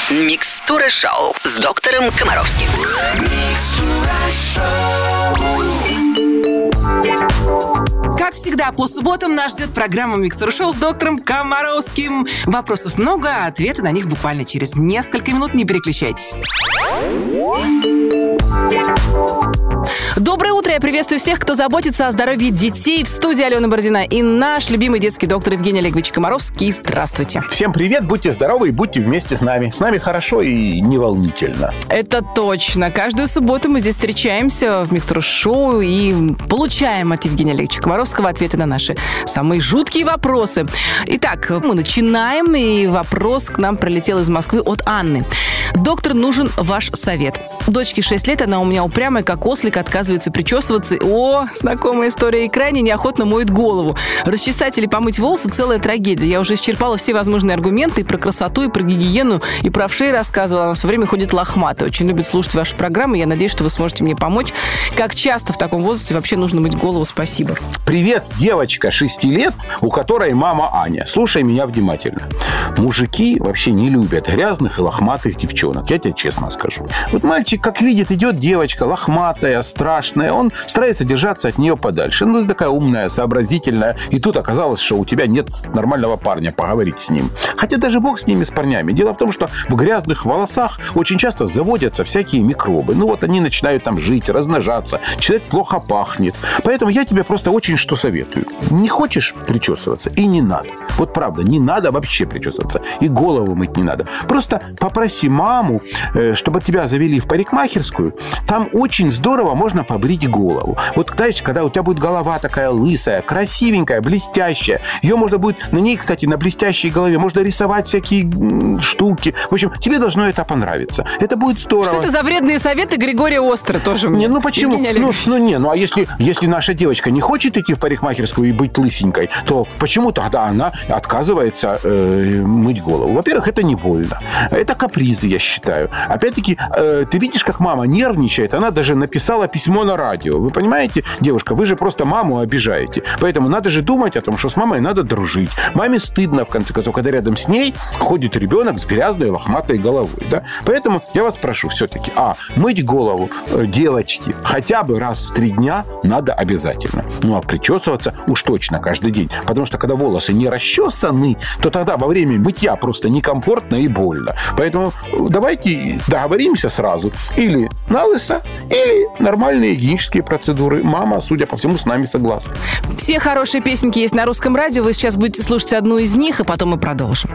Микстура шоу с доктором Комаровским. Как всегда, по субботам нас ждет программа «Микстура шоу» с доктором Комаровским. Вопросов много, а ответы на них буквально через несколько минут. Не переключайтесь. Доброе утро! Я приветствую всех, кто заботится о здоровье детей. В студии Алена Бородина и наш любимый детский доктор Евгений Олегович Комаровский. Здравствуйте! Всем привет! Будьте здоровы и будьте вместе с нами. С нами хорошо и не волнительно. Это точно. Каждую субботу мы здесь встречаемся в «Микстура шоу» и получаем от Евгения Олеговича Комаровского ответы на наши самые жуткие вопросы. Итак, мы начинаем, и вопрос к нам прилетел из Москвы от Анны. Доктор, нужен ваш совет. Дочке 6 лет, она у меня упрямая, как ослик, отказывается причесываться. О, знакомая история, и крайне неохотно моет голову. Расчесать или помыть волосы – целая трагедия. Я уже исчерпала все возможные аргументы и про красоту, и про гигиену, и про вшей рассказывала. Она все время ходит лохматая. Очень любит слушать ваши программы. Я надеюсь, что вы сможете мне помочь. Как часто в таком возрасте вообще нужно мыть голову? Спасибо. Привет, девочка 6 лет, у которой мама Аня. Слушай меня внимательно. Мужики вообще не любят грязных и лохматых девчонок. Я тебе честно скажу. Вот мальчик, как видит, идет девочка лохматая, страшная. Он старается держаться от нее подальше. Ну, ты такая умная, сообразительная. И тут оказалось, что у тебя нет нормального парня поговорить с ним. Хотя даже бог с ними, с парнями. Дело в том, что в грязных волосах очень часто заводятся всякие микробы. Ну, вот они начинают там жить, размножаться. Человек плохо пахнет. Поэтому я тебе просто очень что советую. Не хочешь причесываться? И не надо. Вот правда, не надо вообще причесываться. И голову мыть не надо. Просто попроси маму, чтобы тебя завели в парикмахерскую. Там очень здорово можно побрить голову. Вот, знаешь, когда у тебя будет голова такая лысая, красивенькая, блестящая. Ее можно будет... На ней, кстати, на блестящей голове можно рисовать всякие штуки. В общем, тебе должно это понравиться. Это будет здорово. Что это за вредные советы Григория Остра тоже мне? Не, ну почему? Ну, а если наша девочка не хочет идти в парикмахерскую и быть лысенькой, то почему тогда она отказывается мыть голову? Во-первых, это не больно. Это капризы, я считаю. Опять-таки, ты видишь, как мама нервничает. Она даже написала письмо на радио. Вы понимаете, девушка, вы же просто маму обижаете. Поэтому надо же думать о том, что с мамой надо дружить. Маме стыдно, в конце концов, когда рядом с ней ходит ребенок с грязной лохматой головой. Да? Поэтому я вас прошу все-таки, мыть голову девочки хотя бы раз в 3 дня надо обязательно. Ну, а причесываться уж точно каждый день. Потому что, когда волосы не расчесаны, то тогда во время мытья просто некомфортно и больно. Поэтому давайте договоримся сразу. Или на лысо, или нормальные гигиенические процедуры. Мама, судя по всему, с нами согласна. Все хорошие песенки есть на Русском радио. Вы сейчас будете слушать одну из них, и потом мы продолжим.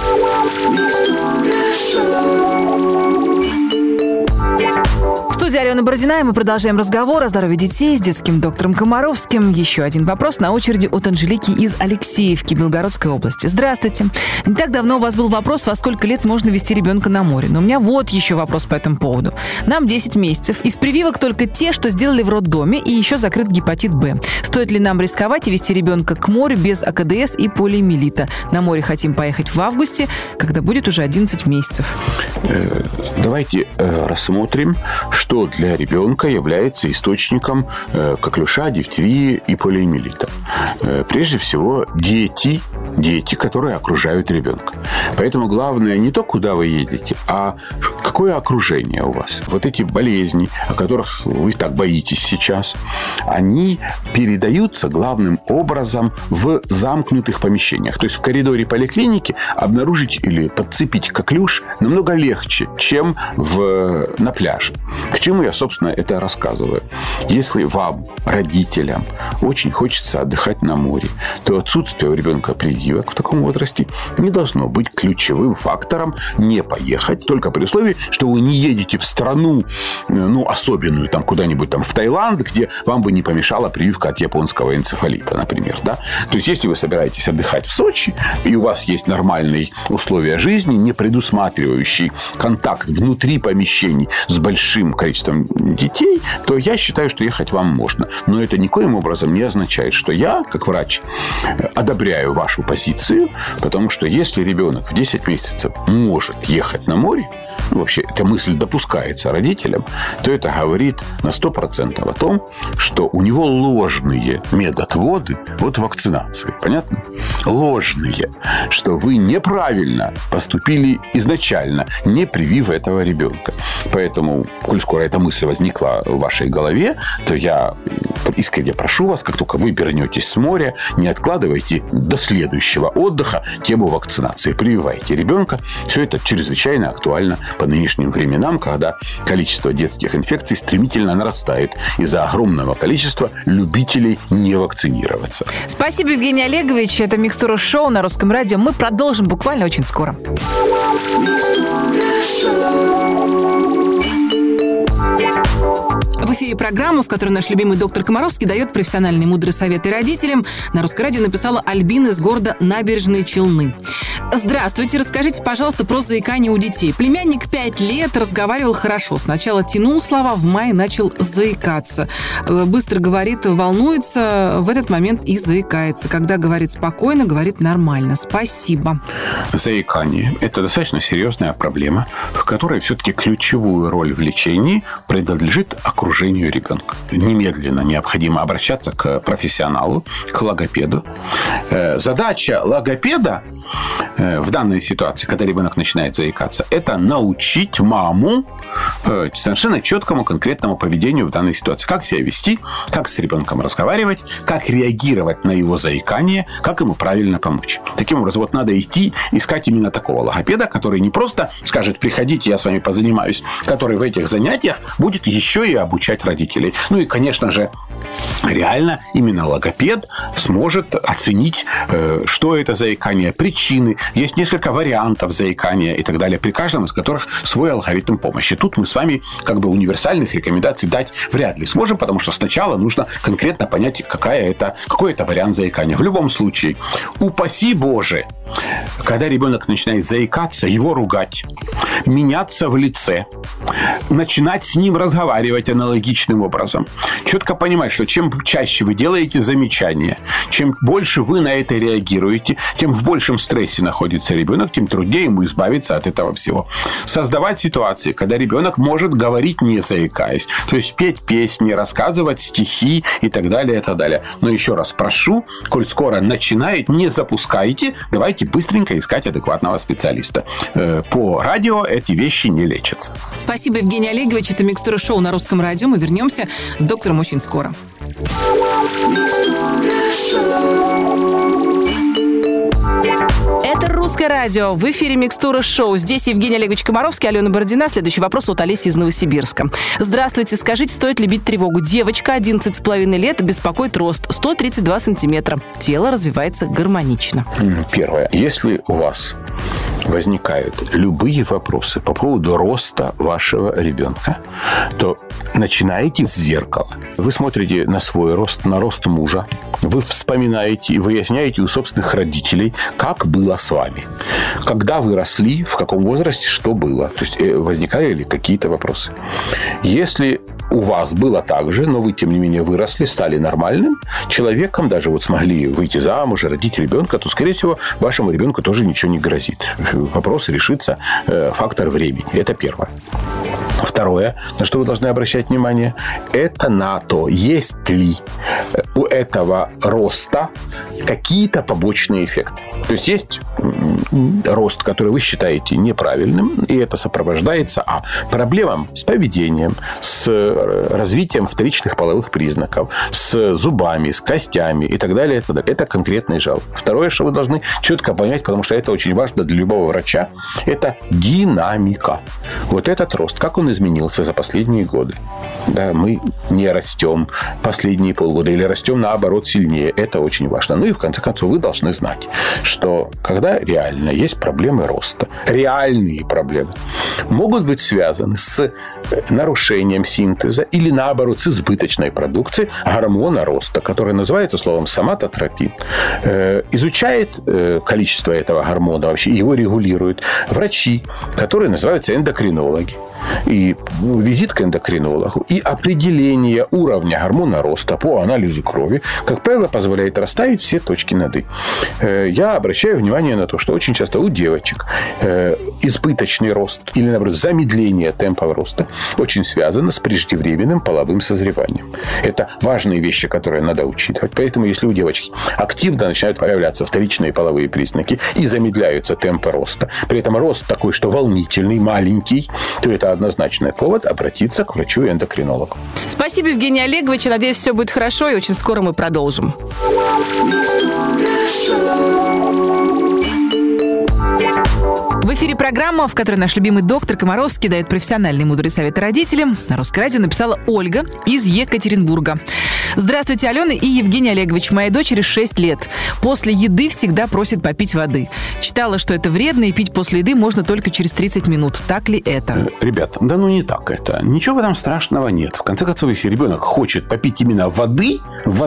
В студии Алена Бородина, и мы продолжаем разговор о здоровье детей с детским доктором Комаровским. Еще один вопрос на очереди от Анжелики из Алексеевки, Белгородской области. Здравствуйте. Не так давно у вас был вопрос, во сколько лет можно вести ребенка на море. Но у меня вот еще вопрос по этому поводу. Нам 10 месяцев. Из прививок только те, что сделали в роддоме, и еще закрыт гепатит Б. Стоит ли нам рисковать и вести ребенка к морю без АКДС и полиомиелита? На море хотим поехать в августе, когда будет уже 11 месяцев. Давайте рассмотрим, что для ребенка является источником коклюша, дифтерии и полиомиелита. Прежде всего, дети, которые окружают ребенка. Поэтому главное не то, куда вы едете, а какое окружение у вас. Вот эти болезни, о которых вы так боитесь сейчас, они передаются главным образом в замкнутых помещениях. То есть в коридоре поликлиники обнаружить или подцепить коклюш намного легче, чем на пляже. К чему я, собственно, это рассказываю? Если вам, родителям, очень хочется отдыхать на море, то отсутствие у ребенка прививок в таком возрасте не должно быть ключевым фактором не поехать, только при условии, что вы не едете в страну, особенную, там куда-нибудь там в Таиланд, где вам бы не помешала прививка от японского энцефалита, например, да? То есть, если вы собираетесь отдыхать в Сочи, и у вас есть нормальные условия жизни, не предусматривающие контакт внутри помещений с большим количеством детей, то я считаю, что ехать вам можно. Но это никоим образом не означает, что я, как врач, одобряю вашу позицию, потому что если ребенок в 10 месяцев может ехать на море, вообще вообще эта мысль допускается родителям, то это говорит на 100% о том, что у него ложные медотводы от вакцинации. Понятно? Ложные. Что вы неправильно поступили изначально, не привив этого ребенка. Поэтому, коль скоро эта мысль возникла в вашей голове, то я искренне прошу вас, как только вы вернетесь с моря, не откладывайте до следующего отдыха тему вакцинации. Прививайте ребенка. Все это чрезвычайно актуально по нынешним временам, когда количество детских инфекций стремительно нарастает из-за огромного количества любителей не вакцинироваться. Спасибо, Евгений Олегович. Это «Микстура шоу» на Русском радио. Мы продолжим буквально очень скоро. В эфире программа, в которой наш любимый доктор Комаровский дает профессиональные мудрые советы родителям. На Русское радио написала Альбина из города Набережные Челны. Здравствуйте, расскажите, пожалуйста, про заикание у детей. Племянник 5 лет разговаривал хорошо. Сначала тянул слова, в мае начал заикаться. Быстро говорит, волнуется, в этот момент и заикается. Когда говорит спокойно, говорит нормально. Спасибо. Заикание – это достаточно серьезная проблема, в которой все-таки ключевую роль в лечении принадлежит окружению ребенка. Немедленно необходимо обращаться к профессионалу, к логопеду. Задача логопеда в данной ситуации, когда ребенок начинает заикаться, это научить маму совершенно четкому конкретному поведению в данной ситуации. Как себя вести, как с ребенком разговаривать, как реагировать на его заикание, как ему правильно помочь. Таким образом, вот надо идти искать именно такого логопеда, который не просто скажет: приходите, я с вами позанимаюсь, который в этих занятиях будет еще и обучать родителей. Ну и, конечно же, реально именно логопед сможет оценить, что это заикание, причины. Есть несколько вариантов заикания и так далее, при каждом из которых свой алгоритм помощи. Тут мы с вами как бы универсальных рекомендаций дать вряд ли сможем, потому что сначала нужно конкретно понять, какой это вариант заикания. В любом случае, упаси Боже, когда ребенок начинает заикаться, его ругать, меняться в лице, начинать с ним разговаривать аналогичным образом. Четко понимать, что чем чаще вы делаете замечания, чем больше вы на это реагируете, тем в большем стрессе находится ребенок, тем труднее ему избавиться от этого всего. Создавать ситуации, когда ребенок может говорить не заикаясь, то есть петь песни, рассказывать стихи и так далее, и так далее. Но еще раз прошу, коль скоро начинает, не запускайте, давайте быстренько искать адекватного специалиста. По радио эти вещи не лечатся. Спасибо, Евгений Олегович. Это «Микстура шоу» на Русском радио. Мы вернемся с доктором очень скоро. Это «Русское радио». В эфире «Микстура шоу». Здесь Евгений Олегович Комаровский, Алена Бородина. Следующий вопрос от Олеси из Новосибирска. Здравствуйте. Скажите, стоит ли бить тревогу? Девочка, 11,5 лет, беспокоит рост 132 сантиметра. Тело развивается гармонично. Первое. Если у вас возникают любые вопросы по поводу роста вашего ребенка, то начинаете с зеркала. Вы смотрите на свой рост, на рост мужа. Вы вспоминаете и выясняете у собственных родителей, как было с вами. Когда вы росли, в каком возрасте, что было. То есть возникали ли какие-то вопросы. Если у вас было так же, но вы, тем не менее, выросли, стали нормальным человеком, даже вот смогли выйти замуж, родить ребенка, то, скорее всего, вашему ребенку тоже ничего не грозит. Вопрос решится фактор времени. Это первое. Второе, на что вы должны обращать внимание, это на то, есть ли у этого роста какие-то побочные эффекты. То есть, есть рост, который вы считаете неправильным, и это сопровождается проблемам с поведением, с развитием вторичных половых признаков, с зубами, с костями и так далее. Это конкретный жалоб. Второе, что вы должны четко понять, потому что это очень важно для любого врача, это динамика. Вот этот рост, как он изменился за последние годы. Да, мы не растем последние полгода или растем, наоборот, сильнее. Это очень важно. Ну и, в конце концов, вы должны знать, что когда реально есть проблемы роста, реальные проблемы, могут быть связаны с нарушением синтеза или, наоборот, с избыточной продукцией гормона роста, который называется словом соматотропин. Изучает количество этого гормона, вообще его регулируют врачи, которые называются эндокринологи. и визит к эндокринологу, и определение уровня гормона роста по анализу крови, как правило, позволяет расставить все точки над «и». Я обращаю внимание на то, что очень часто у девочек избыточный рост или, наоборот, замедление темпа роста очень связано с преждевременным половым созреванием. Это важные вещи, которые надо учитывать. Поэтому, если у девочки активно начинают появляться вторичные половые признаки и замедляются темпы роста, при этом рост такой, что волнительный, маленький, то это однозначный повод обратиться к врачу-эндокринологу. Спасибо, Евгений Олегович. Надеюсь, все будет хорошо, и очень скоро мы продолжим. В эфире программа, в которой наш любимый доктор Комаровский дает профессиональные мудрые советы родителям. На Русское радио написала Ольга из Екатеринбурга. Здравствуйте, Алена и Евгений Олегович. Моей дочери 6 лет. После еды всегда просит попить воды. Читала, что это вредно, и пить после еды можно только через 30 минут. Так ли это? Ребят, да не так это. Ничего в этом страшного нет. В конце концов, если ребенок хочет попить именно воды,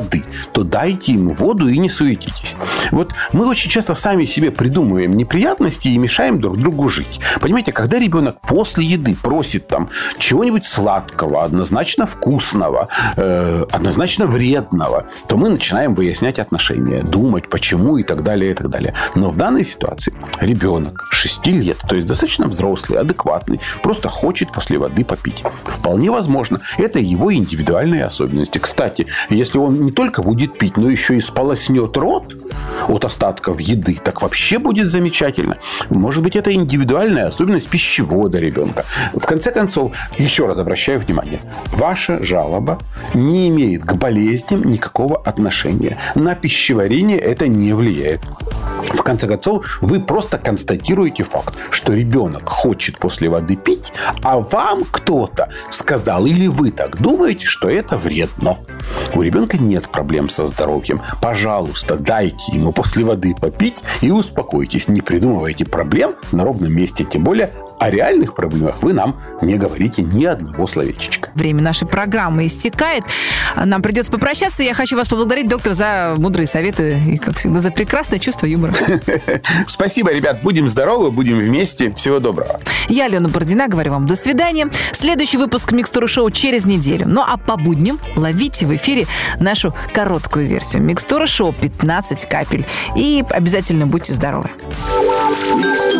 то дайте ему воду и не суетитесь. Вот мы очень часто сами себе придумываем неприятности и мешаем друг другу жить. Понимаете, когда ребенок после еды просит там чего-нибудь сладкого, однозначно вкусного, однозначно вредного, то мы начинаем выяснять отношения, думать, почему и так далее, и так далее. Но в данной ситуации ребенок 6 лет, то есть достаточно взрослый, адекватный, просто хочет после воды попить. Вполне возможно. Это его индивидуальные особенности. Кстати, если он не только будет пить, но еще и сполоснет рот от остатков еды, так вообще будет замечательно. Может быть, это индивидуальная особенность пищевода ребенка. В конце концов, еще раз обращаю внимание, ваша жалоба не имеет к болезням никакого отношения. На пищеварение это не влияет. В конце концов, вы просто констатируете факт, что ребенок хочет после воды пить, а вам кто-то сказал, или вы так думаете, что это вредно. У ребенка нет проблем со здоровьем. Пожалуйста, дайте ему после воды попить и успокойтесь. Не придумывайте проблем на ровном месте. Тем более о реальных проблемах вы нам не говорите ни одного словечечка. Время нашей программы истекает. Нам придется попрощаться. Я хочу вас поблагодарить, доктор, за мудрые советы и, как всегда, за прекрасное чувство юмора. Спасибо, ребят. Будем здоровы, будем вместе. Всего доброго. Я, Алена Бородина, говорю вам до свидания. Следующий выпуск «Микстуры шоу» через неделю. Ну, а по будням ловите в эфире нашу короткую версию «Микстура шоу» 15 капель. И обязательно будьте здоровы.